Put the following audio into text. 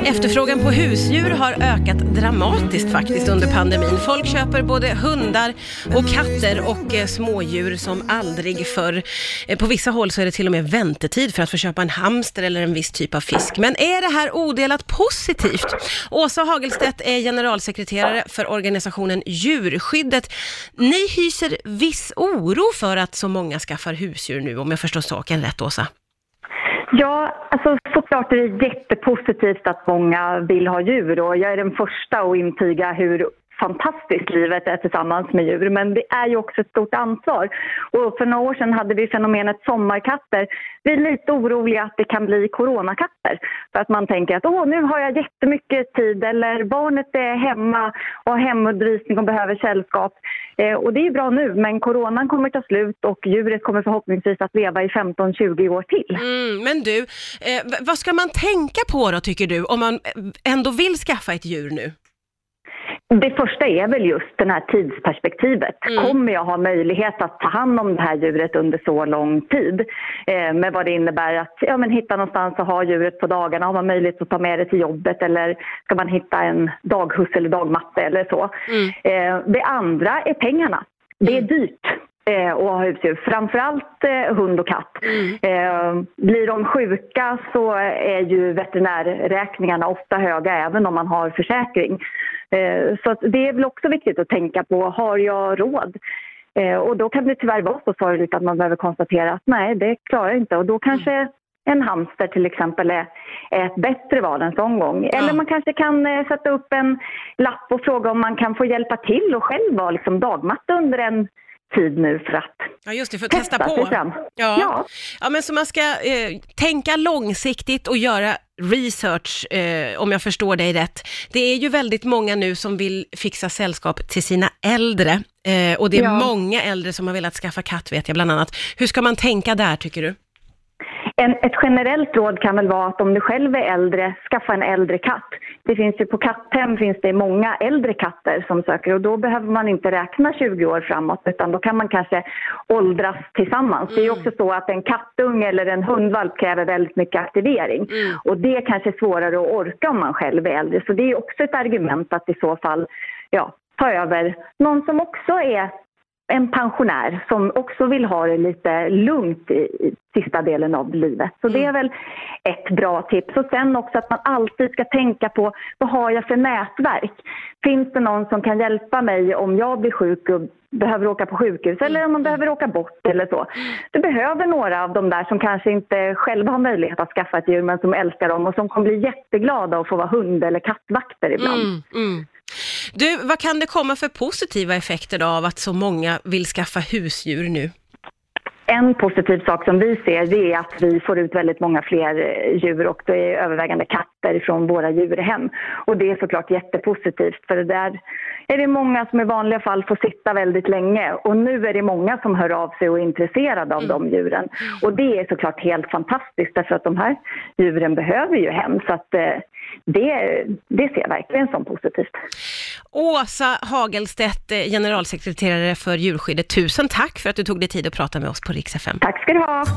Efterfrågan på husdjur har ökat dramatiskt faktiskt under pandemin. Folk köper både hundar och katter och smådjur som aldrig förr. På vissa håll så är det till och med väntetid för att få köpa en hamster eller en viss typ av fisk. Men är det här odelat positivt? Åsa Hagelstedt är generalsekreterare för organisationen Djurskyddet. Ni hyser viss oro för att så många skaffar husdjur nu, om jag förstår saken rätt, Åsa. Ja, alltså såklart är det jättepositivt att många vill ha djur och jag är den första att intyga hur fantastiskt livet är tillsammans med djur, men det är ju också ett stort ansvar. Och för några år sedan hade vi fenomenet sommarkatter. Vi är lite oroliga att det kan bli coronakatter. För att man tänker att nu har jag jättemycket tid, eller barnet är hemma och har hemundervisning och behöver sällskap. Och det är bra nu, men coronan kommer ta slut och djuret kommer förhoppningsvis att leva i 15-20 år till. Men du, vad ska man tänka på då, tycker du, om man ändå vill skaffa ett djur nu? Det första är väl just det här tidsperspektivet. Kommer jag ha möjlighet att ta hand om det här djuret under så lång tid? Med vad det innebär att hitta någonstans och ha djuret på dagarna. Har man möjlighet att ta med det till jobbet, eller ska man hitta en daghuss eller dagmatte eller så? Det andra är pengarna. Det är dyrt att ha husdjur. Framförallt hund och katt. Blir de sjuka så är ju veterinärräkningarna ofta höga även om man har försäkring. Så det är väl också viktigt att tänka på, har jag råd? Och då kan det tyvärr vara så sorgligt att man behöver konstatera att nej, det klarar jag inte. Och då kanske en hamster till exempel är ett bättre val en sån gång. Eller man kanske kan sätta upp en lapp och fråga om man kan få hjälpa till och själv vara liksom dagmatte under en tid nu för att just det, för att testa på. Ja, men så man ska tänka långsiktigt och göra research, om jag förstår dig rätt. Det är ju väldigt många nu som vill fixa sällskap till sina äldre. Och det är många äldre som har velat skaffa katt, vet jag bland annat. Hur ska man tänka där, tycker du? Ett generellt råd kan väl vara att om du själv är äldre, skaffa en äldre katt. Det finns ju på katthem finns det många äldre katter som söker, och då behöver man inte räkna 20 år framåt, utan då kan man kanske åldras tillsammans. Det är ju också så att en kattunge eller en hundvalp kräver väldigt mycket aktivering. Och det är kanske svårare att orka om man själv är äldre. Så det är också ett argument att i så fall ta över någon som också är en pensionär som också vill ha det lite lugnt i sista delen av livet. Så det är väl ett bra tips. Och sen också att man alltid ska tänka på, vad har jag för nätverk? Finns det någon som kan hjälpa mig om jag blir sjuk och behöver åka på sjukhus, eller om man behöver åka bort eller så? Du behöver några av dem där som kanske inte själva har möjlighet att skaffa ett djur, men som älskar dem och som kommer bli jätteglada att få vara hund- eller kattvakter ibland. Du, vad kan det komma för positiva effekter då av att så många vill skaffa husdjur nu? En positiv sak som vi ser, det är att vi får ut väldigt många fler djur, och det är övervägande katter från våra djurhem. Och det är såklart jättepositivt, för det där är det många som i vanliga fall får sitta väldigt länge. Och nu är det många som hör av sig och är intresserade av de djuren. Och det är såklart helt fantastiskt, därför att de här djuren behöver ju hem. Så att det ser jag verkligen som positivt. Åsa Hagelstedt, generalsekreterare för Djurskyddet. Tusen tack för att du tog dig tid att prata med oss på Rix FM. Tack ska du ha.